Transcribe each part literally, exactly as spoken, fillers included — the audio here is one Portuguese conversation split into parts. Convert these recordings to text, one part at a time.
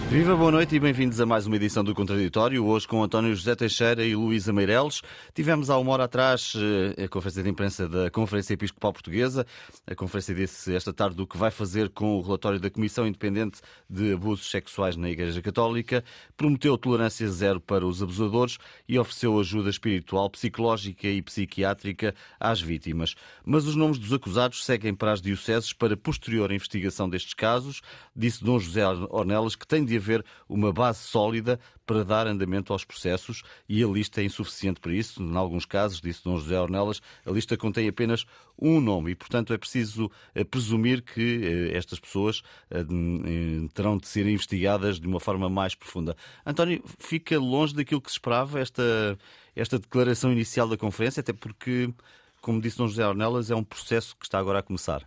Viva, boa noite e bem-vindos a mais uma edição do Contraditório. Hoje com António José Teixeira e Luísa Meireles. Tivemos há uma hora atrás a conferência de imprensa da Conferência Episcopal Portuguesa. A conferência disse esta tarde o que vai fazer com o relatório da Comissão Independente de Abusos Sexuais na Igreja Católica. Prometeu tolerância zero para os abusadores e ofereceu ajuda espiritual, psicológica e psiquiátrica às vítimas. Mas os nomes dos acusados seguem para as dioceses para posterior investigação destes casos. Disse Dom José Ornelas que tem de haver uma base sólida para dar andamento aos processos e a lista é insuficiente para isso. Em alguns casos, disse Dom José Ornelas, a lista contém apenas um nome e, portanto, é preciso presumir que estas pessoas terão de ser investigadas de uma forma mais profunda. António, fica longe daquilo que se esperava esta, esta declaração inicial da conferência, até porque, como disse Dom José Ornelas, é um processo que está agora a começar.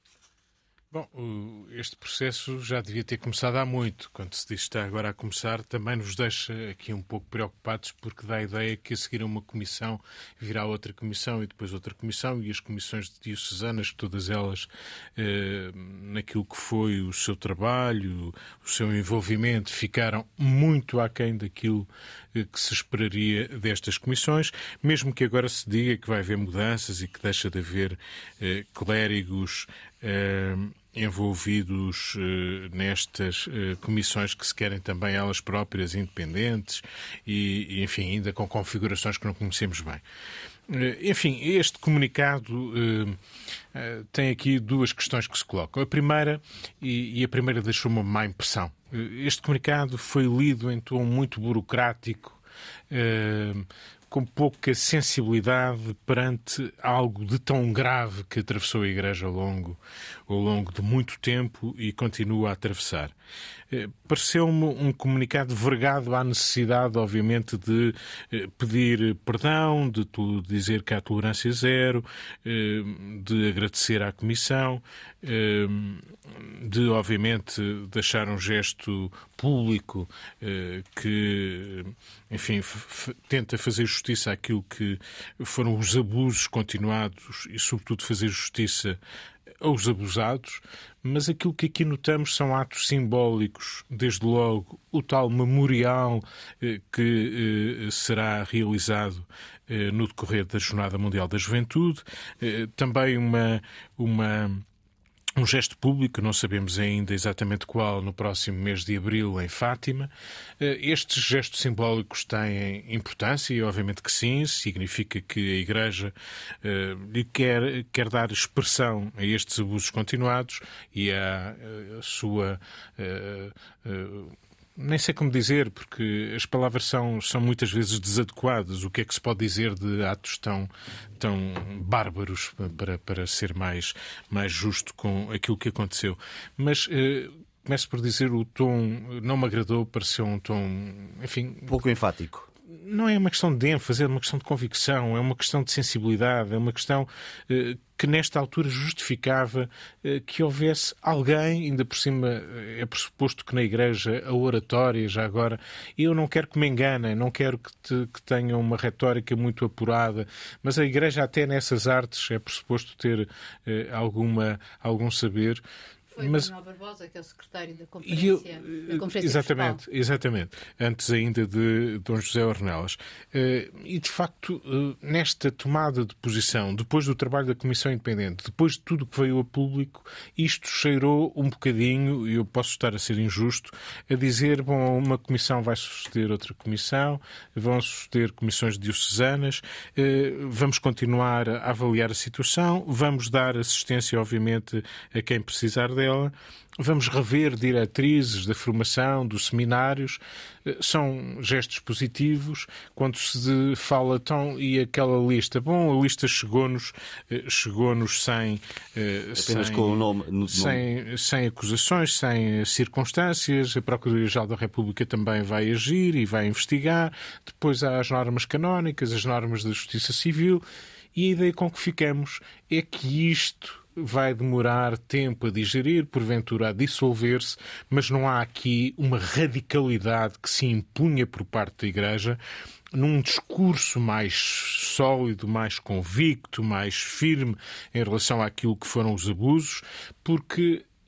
Bom, este processo já devia ter começado há muito. Quando se diz que está agora a começar, também nos deixa aqui um pouco preocupados, porque dá a ideia que a seguir a uma comissão virá outra comissão e depois outra comissão, e as comissões diocesanas, todas elas eh, naquilo que foi o seu trabalho, o seu envolvimento, ficaram muito aquém daquilo eh, que se esperaria destas comissões, mesmo que agora se diga que vai haver mudanças e que deixa de haver eh, clérigos eh, envolvidos eh, nestas eh, comissões que se querem também elas próprias independentes e, e, enfim, ainda com configurações que não conhecemos bem. Eh, enfim, este comunicado eh, eh, tem aqui duas questões que se colocam. A primeira, e, e a primeira deixou uma má impressão. Este comunicado foi lido em tom muito burocrático, eh, com pouca sensibilidade perante algo de tão grave que atravessou a Igreja ao longo, ao longo de muito tempo e continua a atravessar. Eh, pareceu-me um comunicado vergado à necessidade, obviamente, de eh, pedir perdão, de dizer que há tolerância zero, eh, de agradecer à Comissão, eh, de, obviamente, deixar um gesto público eh, que, enfim, f- tenta fazer justiça àquilo que foram os abusos continuados e, sobretudo, fazer justiça aos abusados, mas aquilo que aqui notamos são atos simbólicos, desde logo o tal memorial eh, que eh, será realizado eh, no decorrer da Jornada Mundial da Juventude, eh, também uma... uma Um gesto público, não sabemos ainda exatamente qual, no próximo mês de abril, em Fátima. Estes gestos simbólicos têm importância e, obviamente, que sim, significa que a Igreja lhe quer, quer dar expressão a estes abusos continuados e à a sua... A, a, nem sei como dizer, porque as palavras são, são muitas vezes desadequadas. O que é que se pode dizer de atos tão, tão bárbaros, para, para ser mais, mais justo com aquilo que aconteceu? Mas eh, começo por dizer, o tom não me agradou, pareceu um tom, enfim... Pouco enfático. Não é uma questão de ênfase, é uma questão de convicção, é uma questão de sensibilidade, é uma questão eh, que nesta altura justificava eh, que houvesse alguém, ainda por cima é pressuposto que na Igreja a oratória já agora, eu não quero que me enganem, não quero que, te, que tenham uma retórica muito apurada, mas a Igreja até nessas artes é pressuposto ter eh, alguma, algum saber. Foi mas... Manuel Barbosa, que é o secretário da Conferência, eu, da conferência exatamente, Episcopal. Exatamente, antes ainda de Dom José Ornelas. E, de facto, nesta tomada de posição, depois do trabalho da Comissão Independente, depois de tudo que veio a público, isto cheirou um bocadinho, e eu posso estar a ser injusto, a dizer, bom, uma comissão vai suceder outra comissão, vão suceder comissões diocesanas, vamos continuar a avaliar a situação, vamos dar assistência, obviamente, a quem precisar dela. Vamos rever diretrizes da formação, dos seminários. São gestos positivos. Quando se fala tão e aquela lista, bom, a lista chegou-nos, chegou-nos sem, apenas sem, com o nome, no sem, nome. sem acusações, sem circunstâncias. A Procuradoria-Geral da República também vai agir e vai investigar. Depois há as normas canónicas, as normas da Justiça Civil. E a ideia com que ficamos é que isto vai demorar tempo a digerir, porventura a dissolver-se, mas não há aqui uma radicalidade que se impunha por parte da Igreja num discurso mais sólido, mais convicto, mais firme em relação àquilo que foram os abusos, porque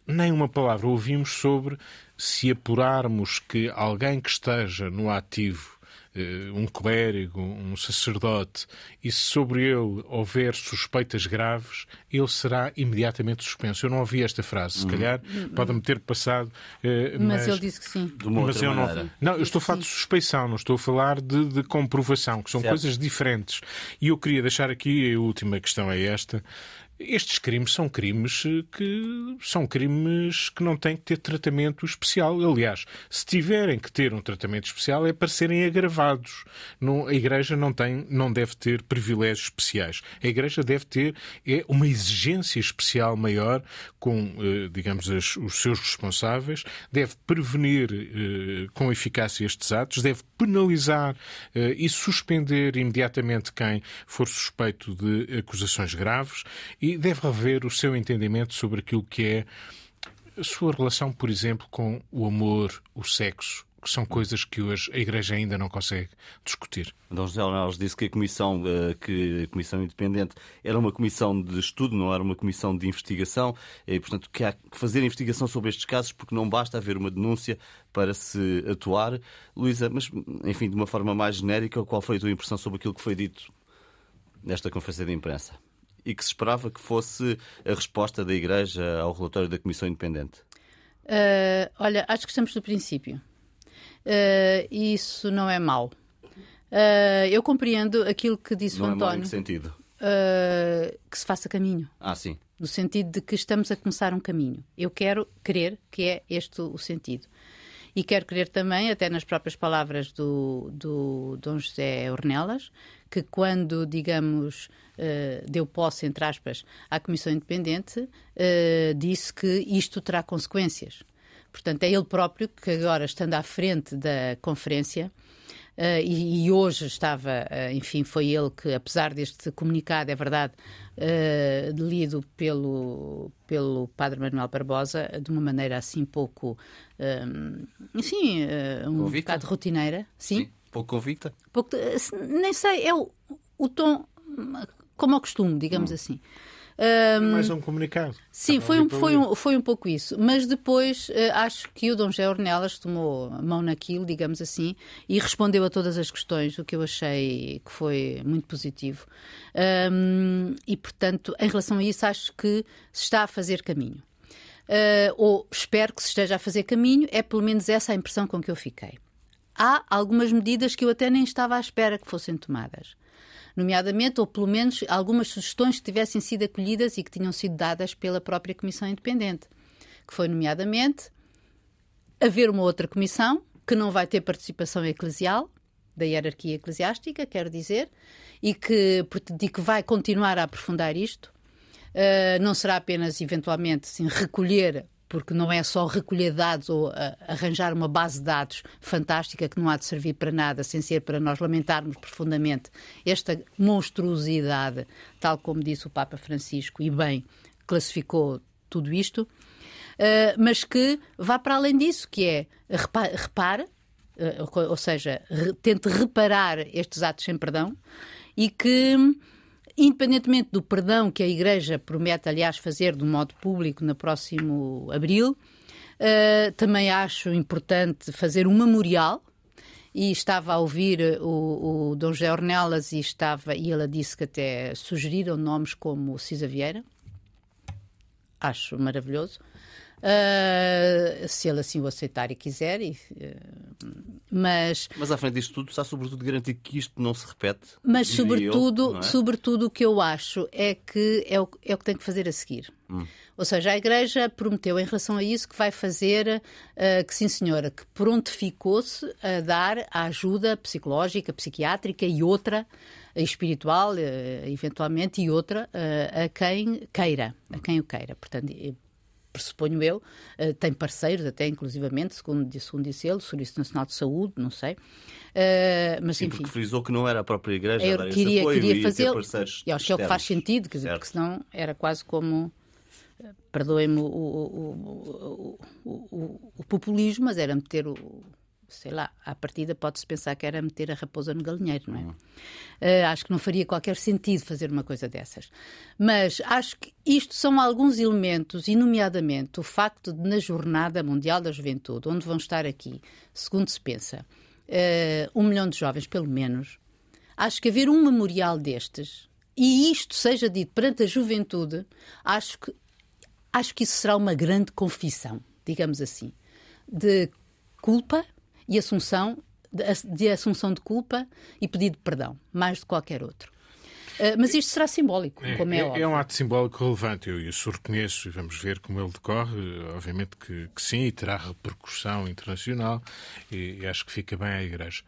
nem uma palavra ouvimos sobre se apurarmos que alguém que esteja no ativo, um clérigo, um sacerdote, e se sobre ele houver suspeitas graves, ele será imediatamente suspenso. Eu não ouvi esta frase, se calhar pode-me ter passado. Mas, mas ele disse que sim. De uma mas outra eu não, maneira. não, eu estou a falar de suspeição, não estou a falar de, de comprovação, que são Certo. coisas diferentes. E eu queria deixar aqui, a última questão é esta. Estes crimes são crimes que são crimes que não têm que ter tratamento especial. Aliás, se tiverem que ter um tratamento especial é para serem agravados. Não, a Igreja não tem, não deve ter privilégios especiais. A Igreja deve ter é, uma exigência especial maior com, eh, digamos, as, os seus responsáveis, deve prevenir eh, com eficácia estes atos, deve penalizar eh, e suspender imediatamente quem for suspeito de acusações graves e deve rever o seu entendimento sobre aquilo que é a sua relação, por exemplo, com o amor, o sexo, que são coisas que hoje a Igreja ainda não consegue discutir. Dom José Ornelas disse que a comissão, que a comissão independente era uma comissão de estudo, não era uma comissão de investigação, e, portanto, que há que fazer investigação sobre estes casos porque não basta haver uma denúncia para se atuar. Luísa, mas, enfim, de uma forma mais genérica, qual foi a tua impressão sobre aquilo que foi dito nesta conferência de imprensa? E que se esperava que fosse a resposta da Igreja ao relatório da Comissão Independente? Uh, olha, acho que estamos no princípio. Uh, isso não é mau. Uh, eu compreendo aquilo que disse não o António. Não é mau em que sentido? Uh, que se faça caminho. Ah, sim. No sentido de que estamos a começar um caminho. Eu quero crer que é este o sentido. E quero crer também, até nas próprias palavras do, do Dom José Ornelas, que quando, digamos, uh, deu posse, entre aspas, à Comissão Independente, uh, disse que isto terá consequências. Portanto, é ele próprio que agora, estando à frente da conferência, Uh, e, e hoje estava, uh, enfim, foi ele que, apesar deste comunicado, é verdade, uh, lido pelo, pelo Padre Manuel Barbosa, de uma maneira assim pouco, um, assim, uh, um convicta? bocado rotineira. Sim? Sim, pouco convicta? Pouco, nem sei, é o, o tom, como ao costume, digamos hum. assim. Um, mais um comunicado. Sim, foi um, foi, um, foi um pouco isso. Mas depois uh, acho que o Dom José Ornelas tomou a mão naquilo, digamos assim, e respondeu a todas as questões, o que eu achei que foi muito positivo. Um, e, portanto, em relação a isso, acho que se está a fazer caminho. Uh, ou espero que se esteja a fazer caminho, é pelo menos essa a impressão com que eu fiquei. Há algumas medidas que eu até nem estava à espera que fossem tomadas. Nomeadamente, ou pelo menos algumas sugestões que tivessem sido acolhidas e que tinham sido dadas pela própria Comissão Independente, que foi, nomeadamente, haver uma outra comissão que não vai ter participação eclesial, da hierarquia eclesiástica, quero dizer, e que, e que vai continuar a aprofundar isto. Uh, não será apenas, eventualmente, assim, recolher, porque não é só recolher dados ou uh, arranjar uma base de dados fantástica que não há de servir para nada, sem ser para nós lamentarmos profundamente esta monstruosidade, tal como disse o Papa Francisco, e bem classificou tudo isto, uh, mas que vá para além disso, que é repare, repare uh, ou seja, re, tente reparar estes atos sem perdão e que, independentemente do perdão que a Igreja promete, aliás, fazer de um modo público no próximo abril, uh, também acho importante fazer um memorial. E estava a ouvir o, o Dom José Ornelas e, estava, e ela disse que até sugeriram nomes como Cisa Vieira. Acho maravilhoso. Uh, se ele assim o aceitar e quiser. E, uh, mas, mas à frente disto tudo está sobretudo garantir que isto não se repete. Mas sobretudo, eu, é? sobretudo o que eu acho é que é o, é o que tem que fazer a seguir. Hum. Ou seja, a Igreja prometeu em relação a isso que vai fazer, uh, que sim senhora, que prontificou-se a dar a ajuda psicológica, psiquiátrica e outra, espiritual, uh, eventualmente, e outra uh, a quem queira, a quem o queira. Portanto, pressuponho eu, uh, tem parceiros até, inclusivamente, segundo, segundo disse ele, o Serviço Nacional de Saúde, não sei. Uh, mas, Sim, enfim, porque frisou que não era a própria Igreja eu a dar esse queria, apoio queria e fazer, ter parceiros e acho que é o que faz sentido, quer dizer, certo. porque senão era quase como, perdoem-me o, o, o, o, o, o populismo, mas era meter o, sei lá, à partida pode-se pensar que era meter a raposa no galinheiro, não é? Uhum. Uh, acho que não faria qualquer sentido fazer uma coisa dessas. Mas acho que isto são alguns elementos, e nomeadamente o facto de na Jornada Mundial da Juventude, onde vão estar aqui, segundo se pensa, uh, um milhão de jovens, pelo menos, acho que haver um memorial destes, e isto seja dito perante a juventude, acho que, acho que isso será uma grande confissão, digamos assim, de culpa e assunção de, de assunção de culpa e pedido de perdão, mais de qualquer outro. Uh, mas isto será simbólico, é, como é, é óbvio. É um ato simbólico relevante, eu isso reconheço e vamos ver como ele decorre, obviamente que, que sim, e terá repercussão internacional e, e acho que fica bem à Igreja.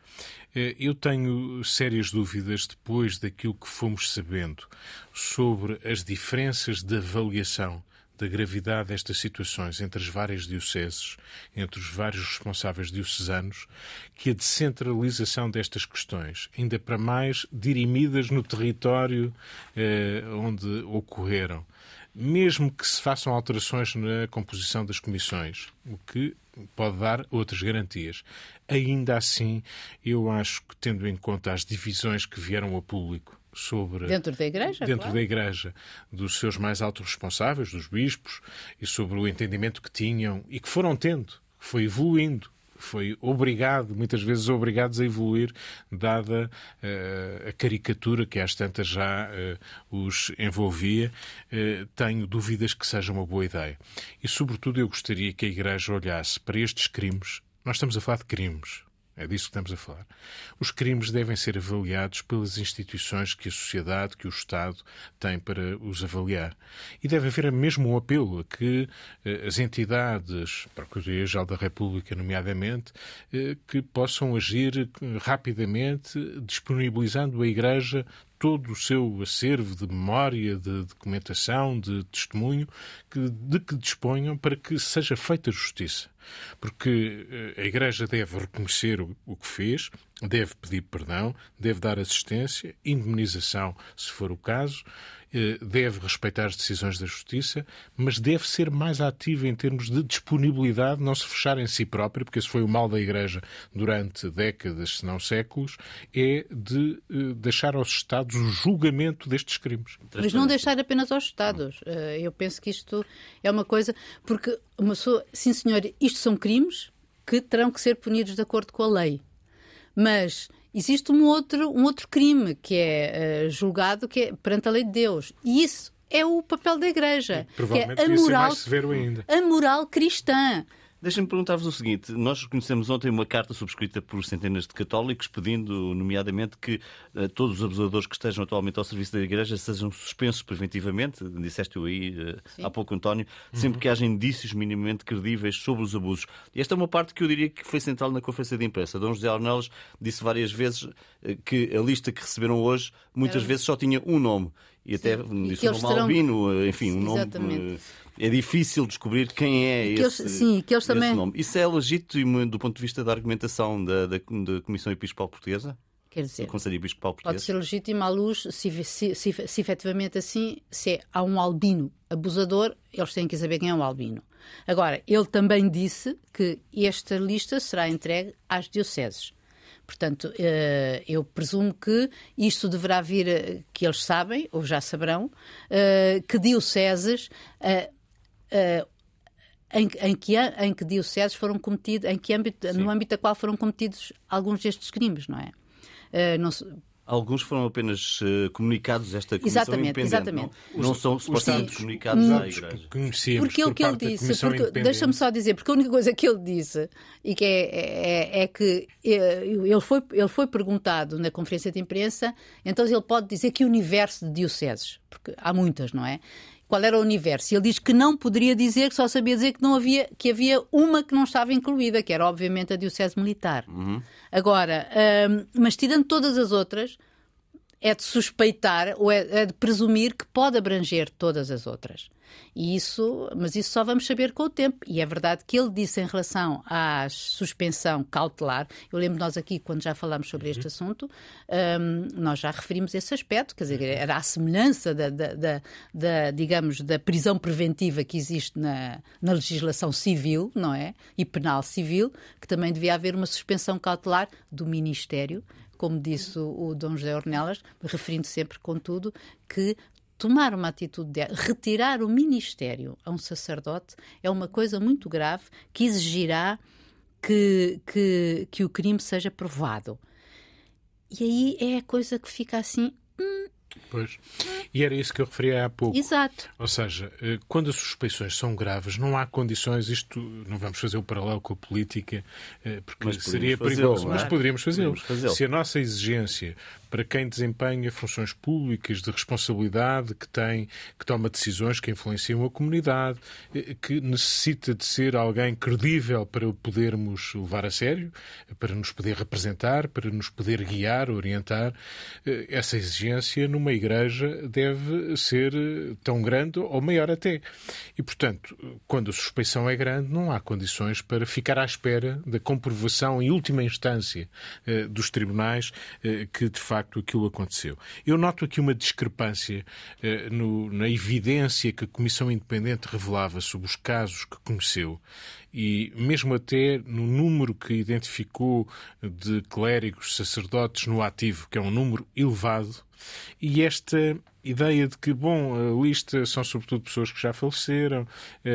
Eu tenho sérias dúvidas, depois daquilo que fomos sabendo sobre as diferenças de avaliação da gravidade destas situações entre as várias dioceses, entre os vários responsáveis diocesanos, que a descentralização destas questões, ainda para mais dirimidas no território eh, onde ocorreram, mesmo que se façam alterações na composição das comissões, o que pode dar outras garantias. Ainda assim, eu acho que, tendo em conta as divisões que vieram a público sobre... Dentro da Igreja, Dentro claro. da Igreja, dos seus mais altos responsáveis, dos bispos, e sobre o entendimento que tinham e que foram tendo, que foi evoluindo, foi obrigado, muitas vezes obrigados a evoluir, dada uh, a caricatura que às tantas já uh, os envolvia. Uh, tenho dúvidas que seja uma boa ideia. E, sobretudo, eu gostaria que a Igreja olhasse para estes crimes. Nós estamos a falar de crimes. É disso que estamos a falar. Os crimes devem ser avaliados pelas instituições que a sociedade, que o Estado tem para os avaliar. E deve haver mesmo um apelo a que eh, as entidades, Procuradoria-Geral da República, nomeadamente, eh, que possam agir rapidamente, disponibilizando à Igreja todo o seu acervo de memória, de documentação, de testemunho, que, de que disponham para que seja feita justiça. Porque a Igreja deve reconhecer o, o que fez, deve pedir perdão, deve dar assistência, indemnização, se for o caso, deve respeitar as decisões da Justiça, mas deve ser mais ativa em termos de disponibilidade, não se fechar em si própria, porque esse foi o mal da Igreja durante décadas, se não séculos, é de deixar aos Estados o julgamento destes crimes. Mas não deixar apenas aos Estados. Eu penso que isto é uma coisa... Porque uma pessoa, sim senhor, isto são crimes que terão que ser punidos de acordo com a lei. Mas... existe um outro, um outro crime que é uh, julgado que é perante a lei de Deus. E isso é o papel da Igreja. E, provavelmente que é a moral, mais severo ainda. A moral cristã. Deixem-me perguntar-vos o seguinte. Nós conhecemos ontem uma carta subscrita por centenas de católicos pedindo, nomeadamente, que uh, todos os abusadores que estejam atualmente ao serviço da Igreja sejam suspensos preventivamente. Disseste-o aí uh, há pouco, António. Sempre uhum. que haja indícios minimamente credíveis sobre os abusos. E esta é uma parte que eu diria que foi central na conferência de imprensa. Dom José Ornelas disse várias vezes uh, que a lista que receberam hoje muitas é. vezes só tinha um nome. E até sim. disse o nome terão... Albino, enfim, um nome... É difícil descobrir quem é esse, eles, sim, que eles também... nome. Isso é legítimo do ponto de vista da argumentação da, da, da Comissão Episcopal Portuguesa? Quer dizer, do Conselho Episcopal Português? Pode ser legítimo à luz, se, se, se, se efetivamente assim, se é, há um albino abusador, eles têm que saber quem é um albino. Agora, ele também disse que esta lista será entregue às dioceses. Portanto, eu presumo que isto deverá vir, que eles sabem, ou já saberão, que dioceses, em, em, que, em que dioceses foram cometidos, em que âmbito, no âmbito da qual foram cometidos alguns destes crimes, não é? Não se... Alguns foram apenas uh, comunicados a esta Comissão exatamente, Independente. Exatamente. Não, não são supostamente comunicados à Igreja. Porque o que ele disse, porque, deixa-me só dizer, porque a única coisa que ele disse, e que é, é, é que ele foi, ele foi perguntado na conferência de imprensa, então ele pode dizer que universo de dioceses, porque há muitas, não é? Qual era o universo? E ele diz que não poderia dizer, que só sabia dizer que, não havia, que havia uma que não estava incluída, que era obviamente a diocese militar. Uhum. Agora, hum, mas tirando todas as outras, é de suspeitar ou é, é de presumir que pode abranger todas as outras. E isso, mas isso só vamos saber com o tempo. E é verdade que ele disse em relação à suspensão cautelar, eu lembro nós aqui, quando já falámos sobre este assunto, um, nós já referimos esse aspecto, quer dizer, era a semelhança da, da, da, da, digamos, da prisão preventiva que existe na, na legislação civil, não é? E penal civil, que também devia haver uma suspensão cautelar do Ministério, como disse o, o Dom José Ornelas, referindo sempre, contudo, que tomar uma atitude de retirar o ministério a um sacerdote é uma coisa muito grave que exigirá que, que, que o crime seja provado. E aí é a coisa que fica assim... Hum, Pois. E era isso que eu referia há pouco. Exato. Ou seja, quando as suspeições são graves, não há condições, isto não vamos fazer o paralelo com a política, porque mas seria perigoso, mas poderíamos fazê-lo. Se a nossa exigência para quem desempenha funções públicas de responsabilidade, que tem, que toma decisões que influenciam a comunidade, que necessita de ser alguém credível para o podermos levar a sério, para nos poder representar, para nos poder guiar, orientar, essa exigência numa igreja deve ser tão grande ou maior até. E, portanto, quando a suspeição é grande, não há condições para ficar à espera da comprovação em última instância eh, dos tribunais eh, que, de facto, aquilo aconteceu. Eu noto aqui uma discrepância eh, no, na evidência que a Comissão Independente revelava sobre os casos que conheceu e mesmo até no número que identificou de clérigos, sacerdotes no ativo, que é um número elevado, e esta ideia de que, bom, a lista são sobretudo pessoas que já faleceram,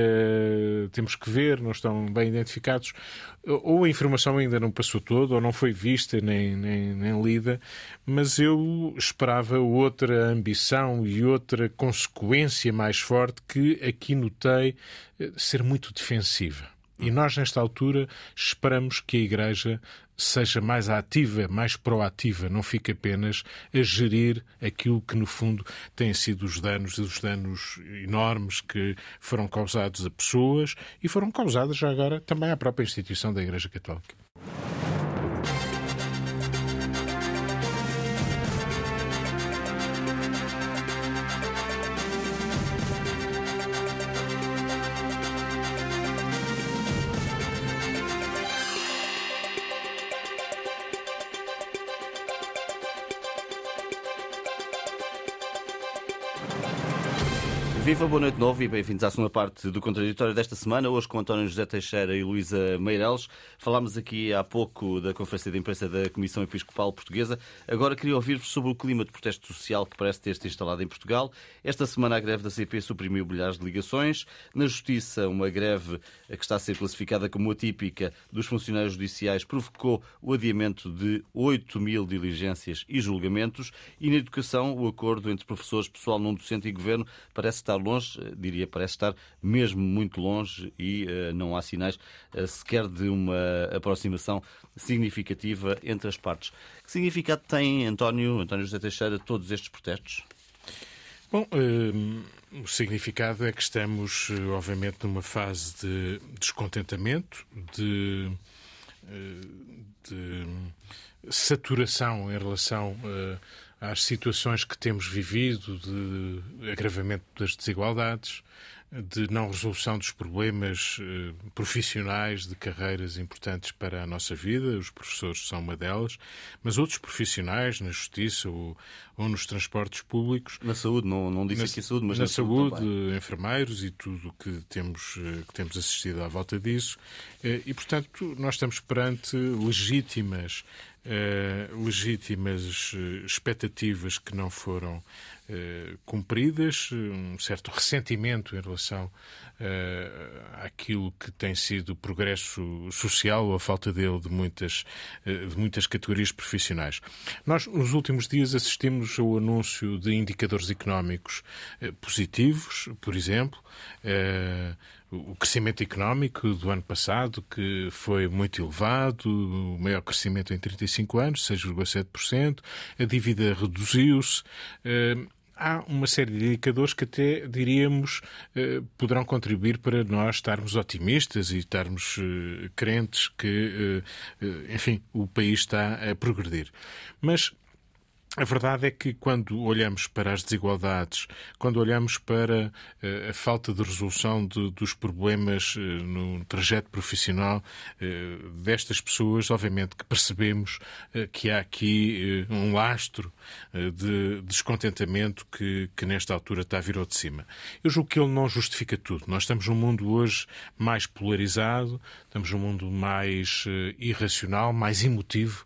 eh, temos que ver, não estão bem identificados, ou a informação ainda não passou toda, ou não foi vista nem, nem, nem lida, mas eu esperava outra ambição e outra consequência mais forte que aqui notei ser muito defensiva. E nós, nesta altura, esperamos que a Igreja seja mais ativa, mais proativa, não fique apenas a gerir aquilo que, no fundo, têm sido os danos e os danos enormes que foram causados a pessoas e foram causados já agora também à própria instituição da Igreja Católica. Viva, boa noite de novo e bem-vindos à segunda parte do Contraditório desta semana. Hoje com António José Teixeira e Luísa Meireles. Falámos aqui há pouco da conferência de imprensa da Comissão Episcopal Portuguesa. Agora queria ouvir-vos sobre o clima de protesto social que parece ter-se instalado em Portugal. Esta semana a greve da C P suprimiu milhares de ligações. Na Justiça, uma greve que está a ser classificada como atípica dos funcionários judiciais provocou o adiamento de oito mil diligências e julgamentos. E na Educação, o acordo entre professores, pessoal não docente e governo parece estar longe, diria, parece estar mesmo muito longe e uh, não há sinais uh, sequer de uma aproximação significativa entre as partes. Que significado tem, António, António José Teixeira, todos estes protestos? Bom, uh, o significado é que estamos, uh, obviamente, numa fase de descontentamento, de, uh, de saturação em relação uh, às situações que temos vivido, de agravamento das desigualdades, de não resolução dos problemas eh, profissionais de carreiras importantes para a nossa vida. Os professores são uma delas, mas outros profissionais na justiça ou, ou nos transportes públicos. Na saúde, não, não disse na, aqui saúde, mas na, na saúde, saúde enfermeiros e tudo que temos, que temos assistido à volta disso. E, portanto, nós estamos perante legítimas Uh, legítimas uh, expectativas que não foram uh, cumpridas, um certo ressentimento em relação uh, àquilo que tem sido o progresso social ou a falta dele de muitas, uh, de muitas categorias profissionais. Nós, nos últimos dias, assistimos ao anúncio de indicadores económicos uh, positivos, por exemplo, uh, o crescimento económico do ano passado, que foi muito elevado, o maior crescimento em trinta e cinco anos, seis vírgula sete por cento, a dívida reduziu-se. Há uma série de indicadores que até, diríamos, poderão contribuir para nós estarmos otimistas e estarmos crentes que, enfim, o país está a progredir. Mas A verdade é que quando olhamos para as desigualdades, quando olhamos para uh, a falta de resolução de, dos problemas uh, no trajeto profissional uh, destas pessoas, obviamente que percebemos uh, que há aqui uh, um lastro uh, de descontentamento que, que nesta altura está a vir ao de cima. Eu julgo que ele não justifica tudo. Nós estamos num mundo hoje mais polarizado, estamos num mundo mais uh, irracional, mais emotivo.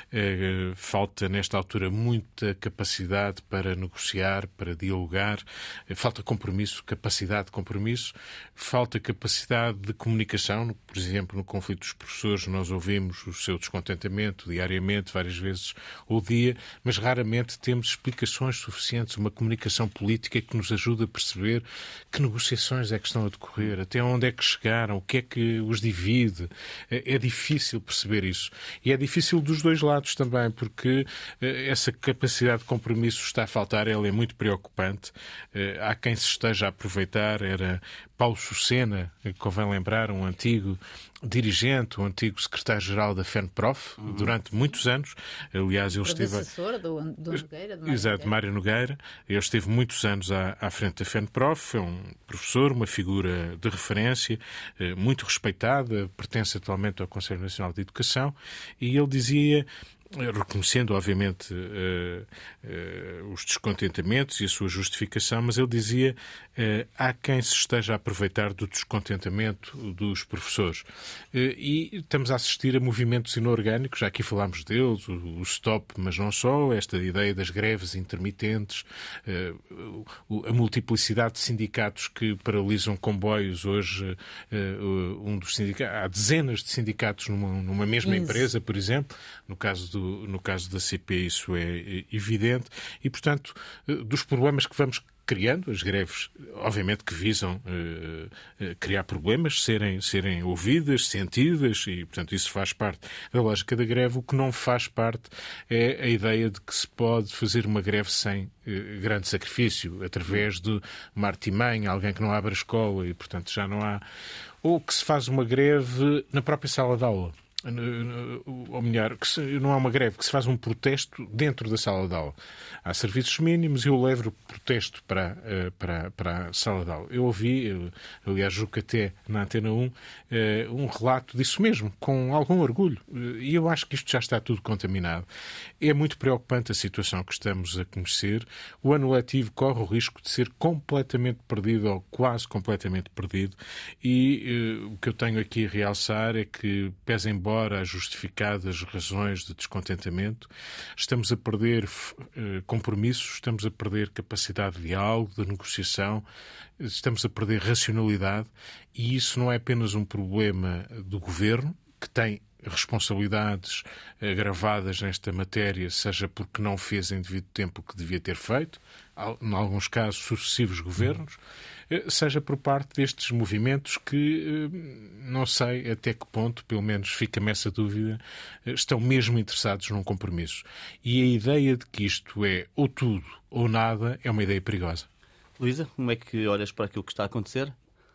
Uh, falta nesta altura muito muita capacidade para negociar, para dialogar, falta compromisso, capacidade de compromisso, falta capacidade de comunicação. Por exemplo, no conflito dos professores nós ouvimos o seu descontentamento diariamente, várias vezes ao dia, mas raramente temos explicações suficientes, uma comunicação política que nos ajude a perceber que negociações é que estão a decorrer, até onde é que chegaram, o que é que os divide. É difícil perceber isso. E é difícil dos dois lados também, porque essa capacidade de compromisso está a faltar, ela é muito preocupante. Há quem se esteja a aproveitar, era Paulo Sucena, que convém lembrar, um antigo dirigente, um antigo secretário-geral da FENPROF, uhum. durante muitos anos. Aliás, ele esteve... Predecessor do, do Nogueira. Do Exato, Mário Nogueira. Ele esteve muitos anos à, à frente da FENPROF, foi um professor, uma figura de referência, muito respeitada, pertence atualmente ao Conselho Nacional de Educação, e ele dizia, reconhecendo, obviamente, uh, uh, os descontentamentos e a sua justificação, mas ele dizia uh, há quem se esteja a aproveitar do descontentamento dos professores. Uh, e estamos a assistir a movimentos inorgânicos, já aqui falámos deles, o, o STOP, mas não só, esta ideia das greves intermitentes, uh, o, a multiplicidade de sindicatos que paralisam comboios. Hoje, uh, um dos sindicatos, há dezenas de sindicatos numa, numa mesma isso. empresa, por exemplo, no caso do No caso da C P isso é evidente e, portanto, dos problemas que vamos criando, as greves, obviamente que visam uh, uh, criar problemas, serem, serem ouvidas, sentidas e, portanto, isso faz parte da lógica da greve. O que não faz parte é a ideia de que se pode fazer uma greve sem uh, grande sacrifício, através de uma artimanha, alguém que não abre a escola e, portanto, já não há... Ou que se faz uma greve na própria sala de aula. Ou melhor, que se, não há uma greve, que se faz um protesto dentro da sala de aula. Há serviços mínimos e eu levo o protesto para, para, para a sala de aula. Eu ouvi, eu, aliás, julgo que até na Antena um, um relato disso mesmo, com algum orgulho. E eu acho que isto já está tudo contaminado. É muito preocupante a situação que estamos a conhecer. O ano letivo corre o risco de ser completamente perdido, ou quase completamente perdido. E uh, o que eu tenho aqui a realçar é que, pese embora as justificadas razões de descontentamento, estamos a perder uh, compromissos, estamos a perder capacidade de diálogo, de negociação, estamos a perder racionalidade, e isso não é apenas um problema do governo, que tem responsabilidades agravadas nesta matéria, seja porque não fez em devido tempo o que devia ter feito, em alguns casos sucessivos governos, seja por parte destes movimentos que, não sei até que ponto, pelo menos fica-me essa dúvida, estão mesmo interessados num compromisso. E a ideia de que isto é ou tudo ou nada é uma ideia perigosa. Luísa, como é que olhas para aquilo que está a acontecer?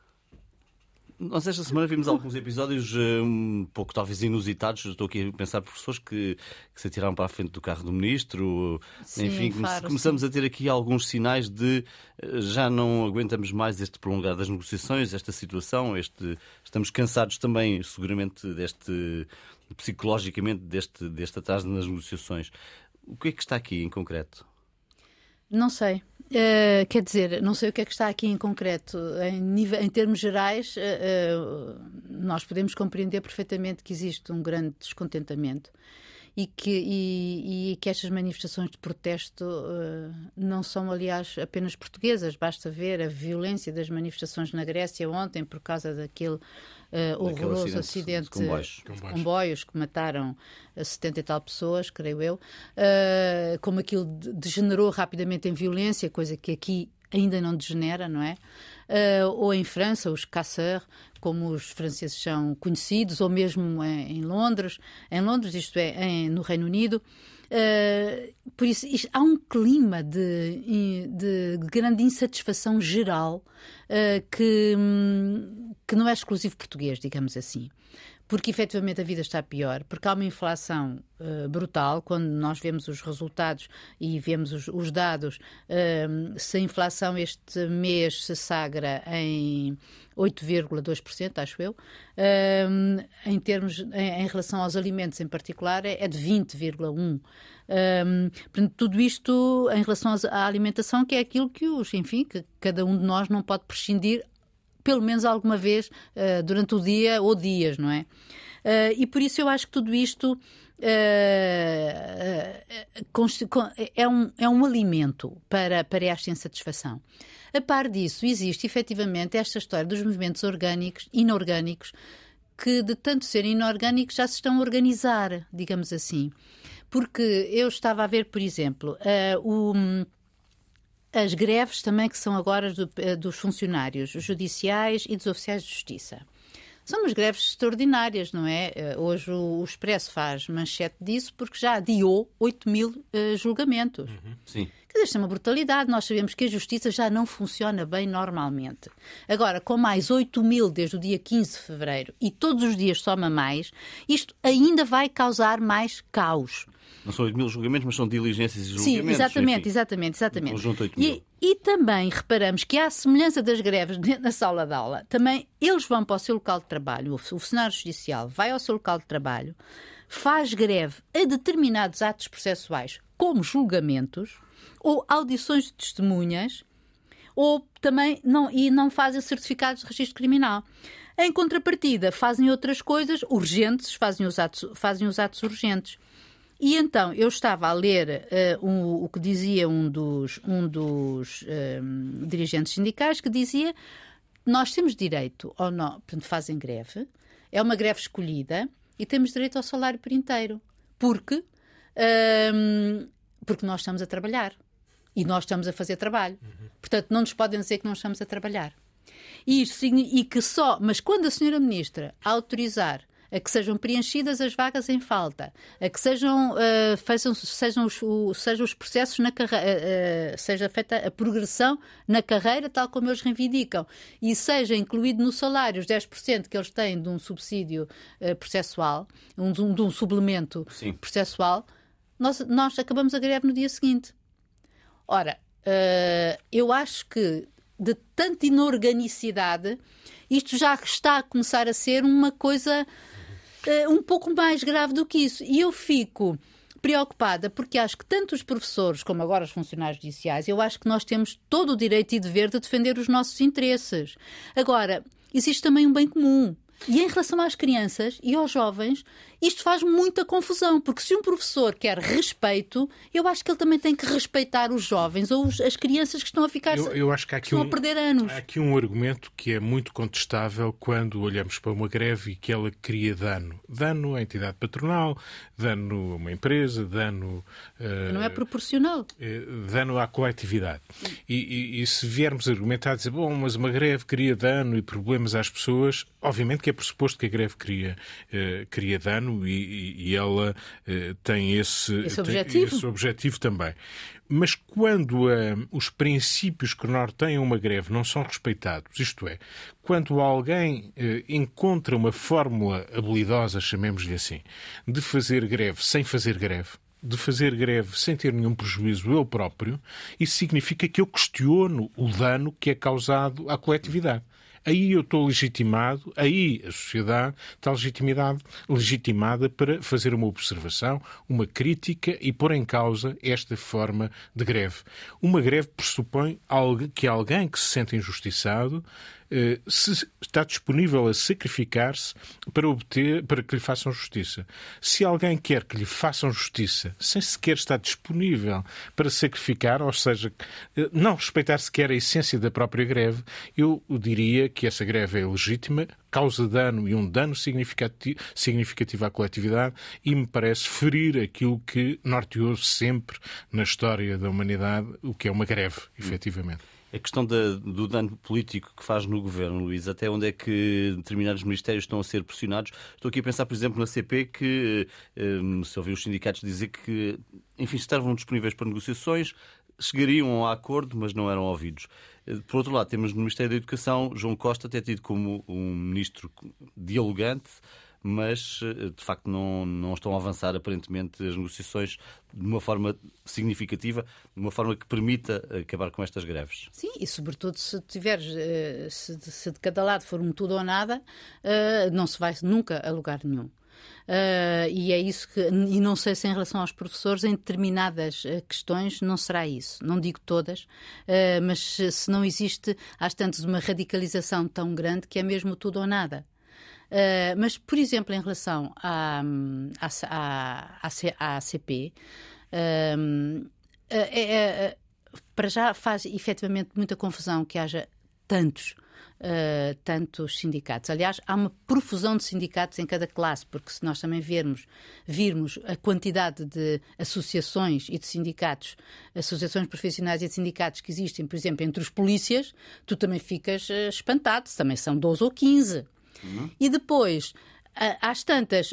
Nós esta semana vimos alguns episódios um pouco talvez inusitados. Estou aqui a pensar por professores que, que se atiraram para a frente do carro do ministro. Sim, enfim, claro, começamos sim. a ter aqui alguns sinais de já não aguentamos mais este prolongar das negociações, esta situação, este, estamos cansados também seguramente deste, psicologicamente deste, deste atraso nas negociações. O que é que está aqui em concreto? Não sei. Uh, quer dizer, não sei o que é que está aqui em concreto. Em, nível, em termos gerais, uh, uh, nós podemos compreender perfeitamente que existe um grande descontentamento e que, e, e que estas manifestações de protesto uh, não são, aliás, apenas portuguesas. Basta ver a violência das manifestações na Grécia ontem por causa daquele uh, horroroso acidente, acidente de comboios. de comboios que mataram setenta e tal pessoas, creio eu. Uh, como aquilo degenerou rapidamente em violência, coisa que aqui ainda não degenera, não é? Uh, ou em França, os casseurs, como os franceses são conhecidos, ou mesmo em, em Londres, em Londres, isto é, em, no Reino Unido. Uh, por isso, isto, há um clima de, de grande insatisfação geral uh, que, que não é exclusivo português, digamos assim. porque efetivamente a vida está pior, porque há uma inflação uh, brutal. Quando nós vemos os resultados e vemos os, os dados, uh, se a inflação este mês se sagra em oito vírgula dois por cento, acho eu, uh, em, termos, em, em relação aos alimentos em particular, é, é de vinte vírgula um por cento. Um, portanto, tudo isto em relação à alimentação, que é aquilo que, os, enfim, que cada um de nós não pode prescindir pelo menos alguma vez uh, durante o dia ou dias, não é? Uh, e por isso eu acho que tudo isto uh, uh, é, um, é um alimento para, para esta insatisfação. A par disso, existe efetivamente esta história dos movimentos orgânicos, inorgânicos, que de tanto serem inorgânicos já se estão a organizar, digamos assim. Porque eu estava a ver, por exemplo, uh, o... as greves também que são agora do, dos funcionários judiciais e dos oficiais de justiça. São umas greves extraordinárias, não é? Hoje o Expresso faz manchete disso porque já adiou oito mil uh, julgamentos. Uhum. Sim. Quer dizer, isto é uma brutalidade. Nós sabemos que a justiça já não funciona bem normalmente. Agora, com mais oito mil desde o dia quinze de fevereiro e todos os dias soma mais, isto ainda vai causar mais caos. Não são oito mil julgamentos, mas são diligências e julgamentos. Sim, exatamente, enfim. exatamente, exatamente. Conjunto oito mil. E, e também reparamos que, à semelhança das greves na sala de aula, também eles vão para o seu local de trabalho, o funcionário judicial vai ao seu local de trabalho, faz greve a determinados atos processuais, como julgamentos, ou audições de testemunhas, ou também não, e não fazem certificados de registro criminal. Em contrapartida, fazem outras coisas urgentes, fazem os atos, fazem os atos urgentes. E então, eu estava a ler uh, um, o que dizia um dos, um dos um, dirigentes sindicais, que dizia que nós temos direito, ou não, portanto, fazem greve, é uma greve escolhida, e temos direito ao salário por inteiro. Porque, um, porque nós estamos a trabalhar. E nós estamos a fazer trabalho. Uhum. Portanto, não nos podem dizer que não estamos a trabalhar. E, isso, e que só, mas quando a senhora Ministra autorizar a que sejam preenchidas as vagas em falta, a que sejam, uh, façam, sejam, os, o, sejam os processos na carreira, uh, uh, seja feita a progressão na carreira, tal como eles reivindicam, e seja incluído no salário os dez por cento que eles têm de um subsídio uh, processual, um, de, um, de um suplemento Sim. processual, nós, nós acabamos a greve no dia seguinte. Ora, uh, eu acho que de tanta inorganicidade, isto já está a começar a ser uma coisa uh, um pouco mais grave do que isso. E eu fico preocupada porque acho que tanto os professores como agora os funcionários judiciais, eu acho que nós temos todo o direito e dever de defender os nossos interesses. Agora, existe também um bem comum. E em relação às crianças e aos jovens, isto faz muita confusão, porque se um professor quer respeito, eu acho que ele também tem que respeitar os jovens ou os, as crianças que estão a ficar eu, eu acho que há aqui estão um, a perder anos. Há aqui um argumento que é muito contestável quando olhamos para uma greve e que ela cria dano. Dano à entidade patronal, dano a uma empresa, dano... Uh, Não é proporcional. Uh, dano à coletividade. E, e, e se viermos argumentar, dizer, bom, mas uma greve cria dano e problemas às pessoas, obviamente que é pressuposto que a greve cria, uh, cria dano e, e ela uh, tem, esse, esse, tem objetivo. esse objetivo também. Mas quando uh, os princípios que norteiam uma greve não são respeitados, isto é, quando alguém uh, encontra uma fórmula habilidosa, chamemos-lhe assim, de fazer greve sem fazer greve, de fazer greve sem ter nenhum prejuízo eu próprio, isso significa que eu questiono o dano que é causado à coletividade. Aí eu estou legitimado, aí a sociedade está legitimidade, legitimada para fazer uma observação, uma crítica e pôr em causa esta forma de greve. Uma greve pressupõe que alguém que se sente injustiçado se está disponível a sacrificar-se para obter, para que lhe façam justiça. Se alguém quer que lhe façam justiça sem sequer estar disponível para sacrificar, ou seja, não respeitar sequer a essência da própria greve, eu diria que essa greve é legítima, causa dano e um dano significativo, significativo à coletividade e me parece ferir aquilo que norteou sempre na história da humanidade, o que é uma greve, efetivamente. A questão da, do dano político que faz no governo, Luís, até onde é que determinados ministérios estão a ser pressionados? Estou aqui a pensar, por exemplo, na C P, que um, se ouviu os sindicatos dizer que, enfim, estavam disponíveis para negociações, chegariam a acordo, mas não eram ouvidos. Por outro lado, temos no Ministério da Educação, João Costa, até tido como um ministro dialogante, mas de facto não, não estão a avançar aparentemente as negociações de uma forma significativa, de uma forma que permita acabar com estas greves. Sim, e sobretudo se tiveres, se, se de cada lado for um tudo ou nada, não se vai nunca a lugar nenhum. Uh, e é isso que, e não sei se em relação aos professores, em determinadas uh, questões não será isso, não digo todas, uh, mas se, se não existe, às tantas, uma radicalização tão grande que é mesmo tudo ou nada. Uh, mas, por exemplo, em relação à, à, à, à, à C P, uh, uh, é, uh, para já faz efetivamente muita confusão que haja tantos Uh, tantos sindicatos. Aliás, há uma profusão de sindicatos em cada classe, porque se nós também vermos, virmos a quantidade de associações e de sindicatos, associações profissionais e de sindicatos que existem, por exemplo, entre os polícias, tu também ficas uh, espantado, também são doze ou quinze. Uhum. E depois, uh, às tantas, uh,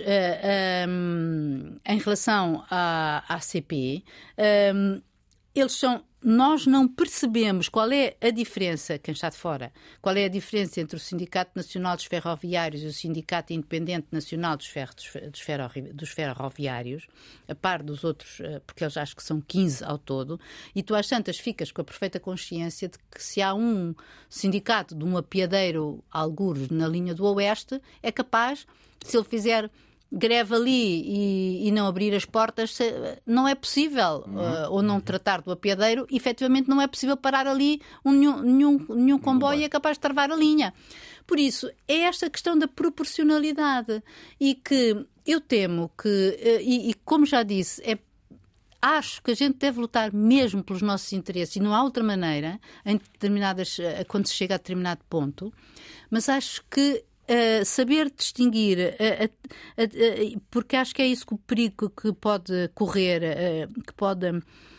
um, em relação à, à C P, um, eles são... Nós não percebemos qual é a diferença, quem está de fora, qual é a diferença entre o Sindicato Nacional dos Ferroviários e o Sindicato Independente Nacional dos, ferro, dos, ferro, dos Ferroviários, a par dos outros, porque eles acho que são quinze ao todo, e tu às tantas ficas com a perfeita consciência de que se há um sindicato de um apiadeiro algures na linha do Oeste, é capaz, se ele fizer... greve ali e, e não abrir as portas, não é possível, uhum. uh, ou não tratar do apiadeiro, efetivamente não é possível parar ali um, nenhum, nenhum, nenhum comboio é capaz de travar a linha. Por isso, é esta questão da proporcionalidade e que eu temo que, uh, e, e como já disse, é acho que a gente deve lutar mesmo pelos nossos interesses e não há outra maneira, em determinadas, quando se chega a determinado ponto, mas acho que Uh, saber distinguir, uh, uh, uh, uh, porque acho que é isso que o perigo que pode correr, uh, que pode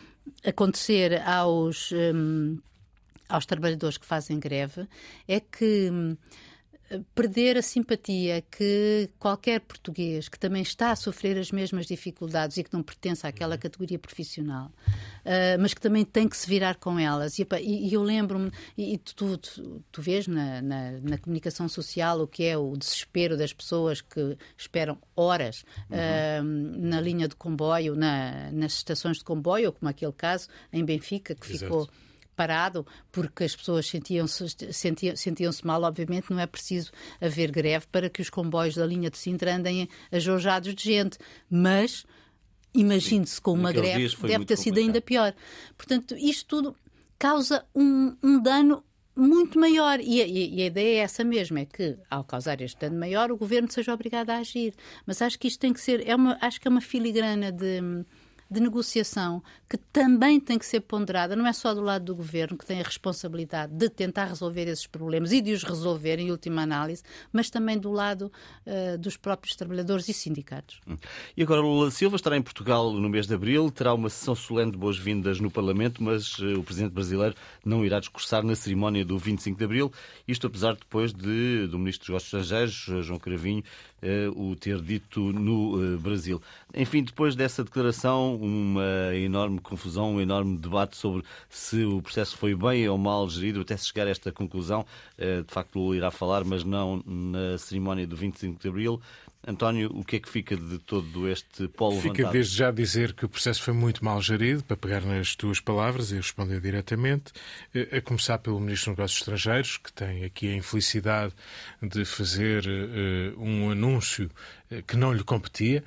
acontecer aos, um, aos trabalhadores que fazem greve, é que um, perder a simpatia que qualquer português que também está a sofrer as mesmas dificuldades e que não pertence àquela categoria profissional, uh, mas que também tem que se virar com elas. E, e eu lembro-me, e tu, tu, tu vês na, na, na comunicação social o que é o desespero das pessoas que esperam horas uh, uhum. na linha de comboio, na, nas estações de comboio, ou como aquele caso em Benfica, que Exato. ficou parado, porque as pessoas sentiam-se, sentiam, sentiam-se mal. Obviamente não é preciso haver greve para que os comboios da linha de Sintra andem ajojados de gente, mas imagine-se com uma greve, deve ter sido ainda pior. Portanto, isto tudo causa um, um dano muito maior, e a, e a ideia é essa mesmo, é que ao causar este dano maior o governo seja obrigado a agir, mas acho que isto tem que ser, é uma, acho que é uma filigrana de... de negociação que também tem que ser ponderada, não é só do lado do governo, que tem a responsabilidade de tentar resolver esses problemas e de os resolver em última análise, mas também do lado uh, dos próprios trabalhadores e sindicatos. E agora Lula Silva estará em Portugal no mês de abril, terá uma sessão solene de boas-vindas no Parlamento, mas uh, o presidente brasileiro não irá discursar na cerimónia do vinte e cinco de abril, isto apesar depois de, do Ministro dos Negócios Estrangeiros, João Cravinho, uh, o ter dito no uh, Brasil. Enfim, depois dessa declaração, uma enorme confusão, um enorme debate sobre se o processo foi bem ou mal gerido, até se chegar a esta conclusão. De facto, Lula irá falar, mas não na cerimónia do vinte e cinco de abril. António, o que é que fica de todo este polo levantado? Fica desde já dizer que o processo foi muito mal gerido, para pegar nas tuas palavras e responder diretamente, a começar pelo Ministro dos Negócios Estrangeiros, que tem aqui a infelicidade de fazer uh, um anúncio que não lhe competia.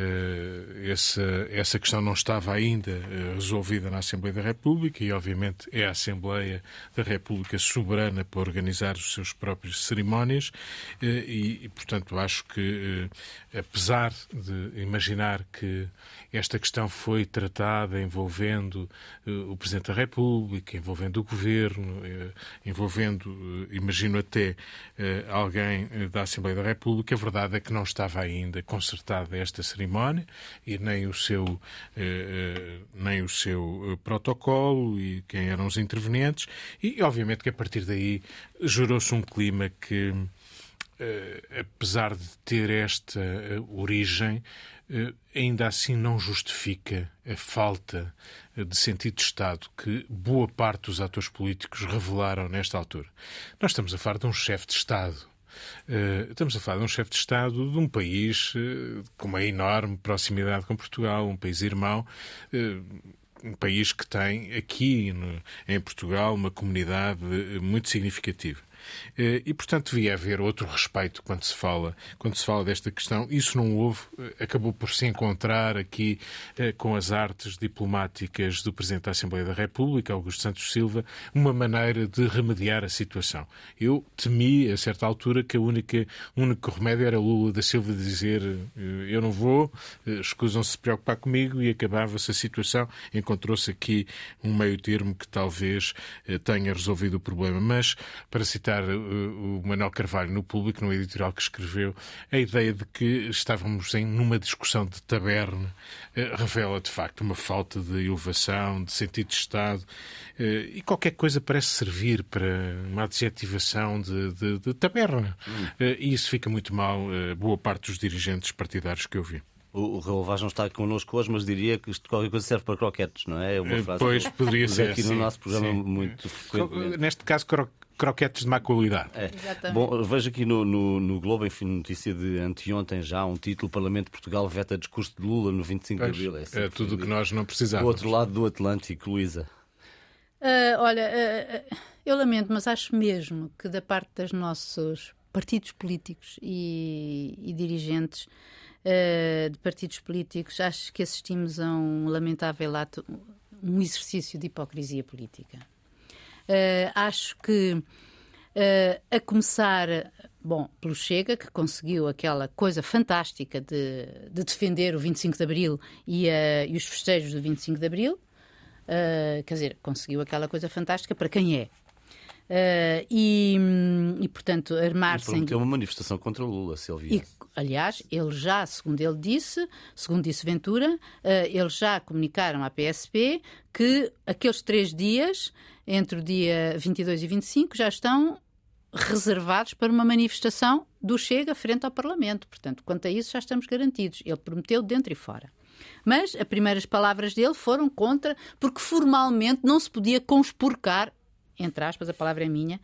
Uh, essa, essa questão não estava ainda uh, resolvida na Assembleia da República e, obviamente, é a Assembleia da República soberana para organizar os seus próprios cerimónias uh, e, e, portanto, acho que, uh, apesar de imaginar que esta questão foi tratada envolvendo uh, o Presidente da República, envolvendo o Governo, uh, envolvendo, uh, imagino até, uh, alguém uh, da Assembleia da República, a verdade é que não estava ainda ainda concertada esta cerimónia e nem o seu, eh, nem o seu protocolo e quem eram os intervenientes e, obviamente, que a partir daí gerou-se um clima que, eh, apesar de ter esta origem, eh, ainda assim não justifica a falta de sentido de Estado que boa parte dos atores políticos revelaram nesta altura. Nós estamos a falar de um chefe de Estado Uh, estamos a falar de um chefe de Estado de um país uh, com uma enorme proximidade com Portugal, um país irmão, uh, um país que tem aqui no, em Portugal uma comunidade muito significativa. E, portanto, devia haver outro respeito quando se fala, quando se fala desta questão. Isso não houve, acabou por se encontrar aqui com as artes diplomáticas do Presidente da Assembleia da República, Augusto Santos Silva, uma maneira de remediar a situação. Eu temi, a certa altura, que a única, o único remédio era Lula da Silva dizer eu não vou, escusam-se de se preocupar comigo, e acabava-se a situação. Encontrou-se aqui um meio termo que talvez tenha resolvido o problema. Mas, para citar o Manuel Carvalho no Público, no editorial que escreveu, a ideia de que estávamos em numa discussão de taberna revela de facto uma falta de elevação, de sentido de Estado, e qualquer coisa parece servir para uma adjetivação de, de, de taberna. Hum. E isso fica muito mal boa parte dos dirigentes partidários que eu vi. O Raul Vaz não está connosco hoje, mas diria que isto, qualquer coisa serve para croquetes, não é? É uma frase pois, que poderia ser aqui sim, no nosso programa sim. muito frequentemente. Neste caso, cro croquetes de má qualidade. É. Bom, vejo aqui no, no, no Globo, enfim, notícia de anteontem já, um título: Parlamento de Portugal veta discurso de Lula no vinte e cinco pois, de Abril. É, assim, é tudo o que nós não precisávamos. Do outro lado do Atlântico, Luísa. Uh, olha, uh, eu lamento, mas acho mesmo que da parte dos nossos partidos políticos e, e dirigentes uh, de partidos políticos, acho que assistimos a um lamentável ato, um exercício de hipocrisia política. Uh, acho que uh, a começar, bom, pelo Chega, que conseguiu aquela coisa fantástica de, de defender o vinte e cinco de Abril e, uh, e os festejos do vinte e cinco de Abril, uh, quer dizer, conseguiu aquela coisa fantástica para quem é. Uh, e, e, portanto, armar-se... E prometeu uma manifestação contra o Lula, se ele viesse. E, aliás, ele já, segundo ele disse, segundo disse Ventura, uh, eles já comunicaram à P S P que aqueles três dias, entre o dia vinte e dois e vinte e cinco, já estão reservados para uma manifestação do Chega frente ao Parlamento. Portanto, quanto a isso, já estamos garantidos. Ele prometeu dentro e fora. Mas as primeiras palavras dele foram contra, porque formalmente não se podia conspurcar, entre aspas, a palavra é minha,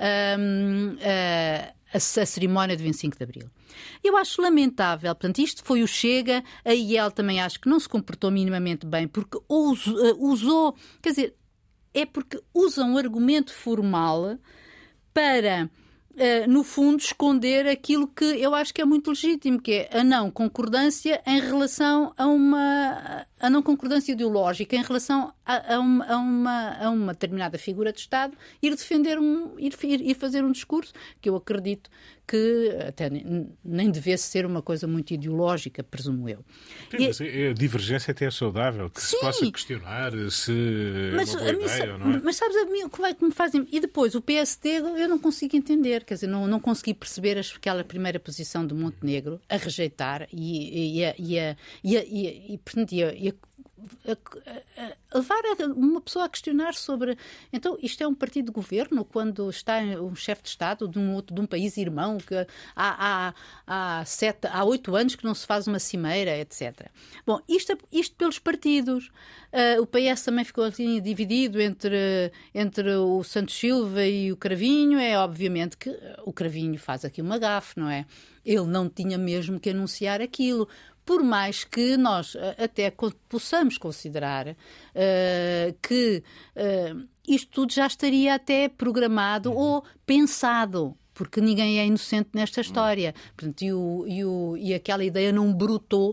um, a, a, a cerimónia de vinte e cinco de Abril. Eu acho lamentável, portanto, isto foi o Chega, a I E L também acho que não se comportou minimamente bem, porque usou, usou, quer dizer, é porque usa um argumento formal para, uh, no fundo, esconder aquilo que eu acho que é muito legítimo, que é a não concordância em relação a uma... a não concordância ideológica em relação a, a, uma, a, uma, a uma determinada figura de Estado, ir defender um, ir, ir fazer um discurso que eu acredito que até nem devesse ser uma coisa muito ideológica, presumo eu. Sim, mas a divergência até é saudável, que sim, se possa questionar se mas, é uma boa ideia ou não é. Mas sabes a mim como é que me fazem... E depois, o P S D eu não consigo entender, quer dizer, não, não consegui perceber aquela primeira posição de Montenegro a rejeitar e, e, a, e, a, e, a, e, a, e, portanto, e a, e a A, a, a levar uma pessoa a questionar sobre... Então, isto é um partido de governo quando está um chefe de Estado de um, outro, de um país irmão que há, há, há, sete, há oito anos que não se faz uma cimeira, etcétera. Bom, isto, isto pelos partidos. Uh, o P S também ficou assim, dividido entre, entre o Santos Silva e o Cravinho. É obviamente que o Cravinho faz aqui uma gafe, não é? Ele não tinha mesmo que anunciar aquilo. Por mais que nós até possamos considerar uh, que uh, isto tudo já estaria até programado uhum. ou pensado, porque ninguém é inocente nesta história. Uhum. Portanto, e, o, e, o, e aquela ideia não brotou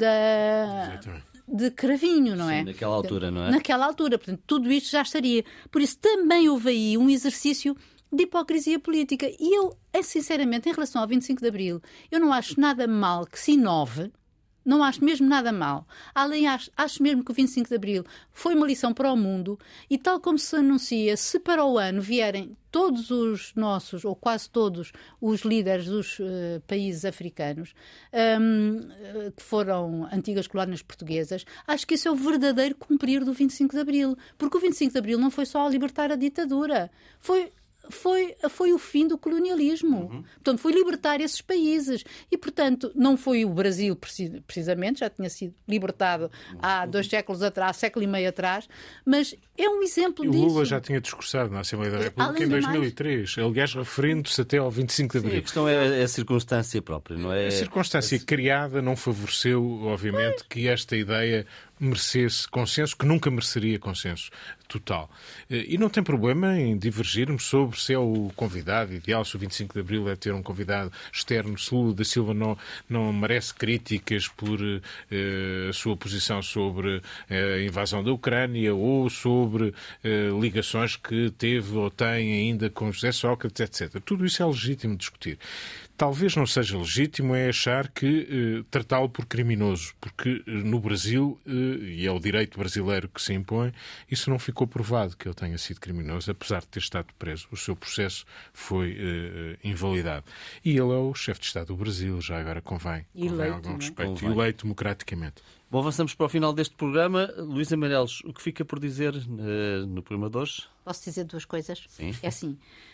da... de Cravinho, não é? Sim, naquela altura, não é? Naquela altura. Portanto, tudo isto já estaria. Por isso, também houve aí um exercício de hipocrisia política. E eu, sinceramente, em relação ao vinte e cinco de Abril, eu não acho nada mal que se inove. Não acho mesmo nada mal. Além, acho, acho mesmo que o vinte e cinco de Abril foi uma lição para o mundo e, tal como se anuncia, se para o ano vierem todos os nossos, ou quase todos, os líderes dos uh, países africanos um, uh, que foram antigas colónias portuguesas, acho que isso é o verdadeiro cumprir do vinte e cinco de Abril. Porque o vinte e cinco de Abril não foi só a libertar a ditadura. Foi... foi, foi o fim do colonialismo. Uhum. Portanto, foi libertar esses países. E, portanto, não foi o Brasil, precisamente, já tinha sido libertado há dois séculos atrás, século e meio atrás, mas é um exemplo e disso. O Lula já tinha discursado na Assembleia da República Além em dois mil e três, mais... aliás, referindo-se até ao vinte e cinco de abril. Sim, a questão é a circunstância própria, não é? A circunstância é... criada não favoreceu, obviamente, que esta ideia merecesse consenso, que nunca mereceria consenso total. E não tem problema em divergirmos sobre se é o convidado ideal, se o vinte e cinco de abril é ter um convidado externo, se Lula da Silva não, não merece críticas por uh, a sua posição sobre a invasão da Ucrânia ou sobre uh, ligações que teve ou tem ainda com José Sócrates, etcétera. Tudo isso é legítimo de discutir. Talvez não seja legítimo é achar que uh, tratá-lo por criminoso, porque uh, no Brasil, uh, e é o direito brasileiro que se impõe, isso não ficou provado que ele tenha sido criminoso, apesar de ter estado preso. O seu processo foi uh, invalidado. E ele é o chefe de Estado do Brasil, já agora convém, convém eleito, algum né? respeito, Convém. eleito democraticamente. Bom, avançamos para o final deste programa. Luísa Meireles, o que fica por dizer uh, no programa de hoje? Posso dizer duas coisas? Sim. É assim...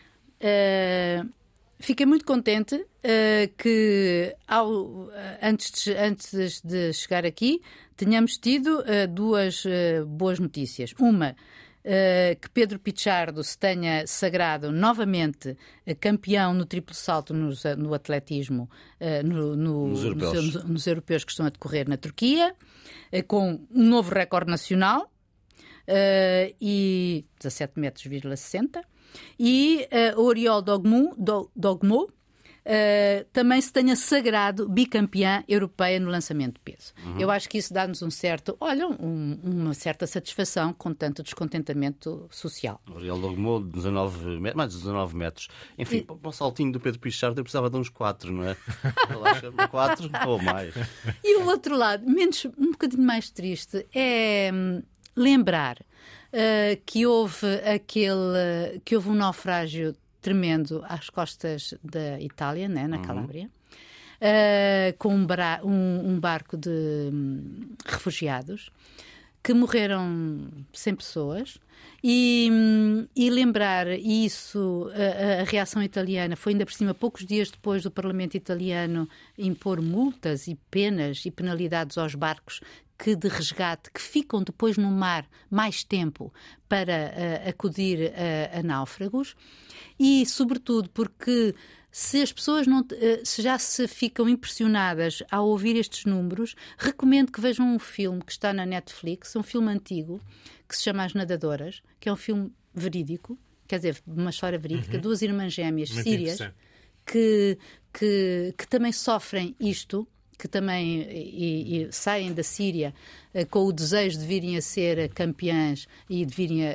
Uh... Fiquei muito contente uh, que, ao, antes, de, antes de chegar aqui, tenhamos tido uh, duas uh, boas notícias. Uma, uh, que Pedro Pichardo se tenha sagrado novamente uh, campeão no triplo salto nos, no atletismo uh, no, no, nos, europeus. Nos, nos europeus que estão a decorrer na Turquia, uh, com um novo recorde nacional uh, e dezassete metros, sessenta. E uh, o Oriol Dogmo, Dogmo uh, também se tenha sagrado bicampeã europeia no lançamento de peso. Uhum. Eu acho que isso dá-nos um certo, olha, um, uma certa satisfação com tanto descontentamento social. O Oriol Dogmo, dezanove, mais de dezanove metros. Enfim, e... para o saltinho do Pedro Pichardo eu precisava de uns quatro, não é? quatro ou mais. E o outro lado, menos, um bocadinho mais triste, é hum, lembrar Uh, que houve aquele que houve um naufrágio tremendo às costas da Itália, né, na Calábria, uh, com um, bar, um, um barco de um, refugiados, que morreram cem pessoas. E, e lembrar isso, a, a reação italiana foi ainda por cima poucos dias depois do Parlamento italiano impor multas e penas e penalidades aos barcos que de resgate, que ficam depois no mar mais tempo para uh, acudir a, a náufragos. E, sobretudo, porque se as pessoas não, uh, se já se ficam impressionadas ao ouvir estes números, recomendo que vejam um filme que está na Netflix, um filme antigo, que se chama As Nadadoras, que é um filme verídico, quer dizer, uma história verídica, uhum. duas irmãs gêmeas Muito sírias que, que, que também sofrem isto, que também e, e saem da Síria uh, com o desejo de virem a ser campeãs e de virem a,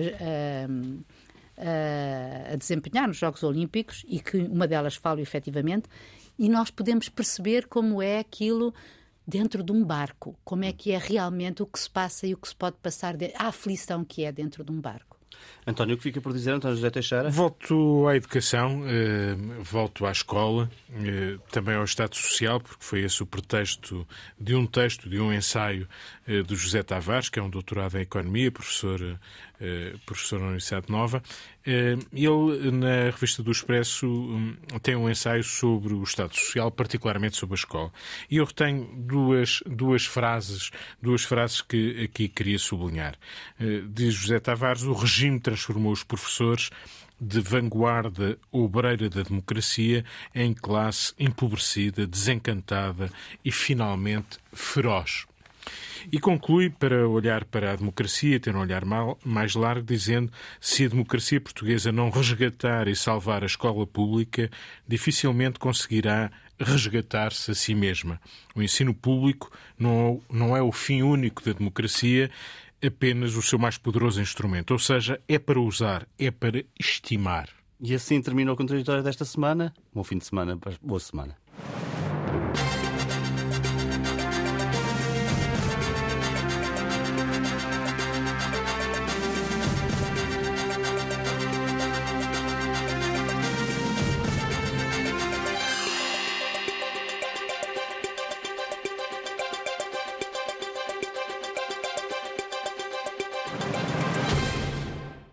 a, a, a desempenhar nos Jogos Olímpicos, e que uma delas fala efetivamente, e nós podemos perceber como é aquilo dentro de um barco, como é que é realmente o que se passa e o que se pode passar, de, a aflição que é dentro de um barco. António, o que fica por dizer, António José Teixeira? Volto à educação, eh, volto à escola, eh, também ao Estado Social, porque foi esse o pretexto de um texto, de um ensaio eh, do José Tavares, que é um doutorado em Economia, professor, eh, professor na Universidade Nova. Eh, ele, na revista do Expresso, um, tem um ensaio sobre o Estado Social, particularmente sobre a escola. E eu retenho duas, duas frases, duas frases que aqui queria sublinhar. Eh, diz José Tavares: o regime transformou os professores de vanguarda obreira da democracia em classe empobrecida, desencantada e, finalmente, feroz. E conclui, para olhar para a democracia, ter um olhar mais largo, dizendo: se a democracia portuguesa não resgatar e salvar a escola pública, dificilmente conseguirá resgatar-se a si mesma. O ensino público não, não é o fim único da democracia, apenas o seu mais poderoso instrumento. Ou seja, é para usar, é para estimar. E assim termina o contraditório desta semana. Bom fim de semana, boa semana.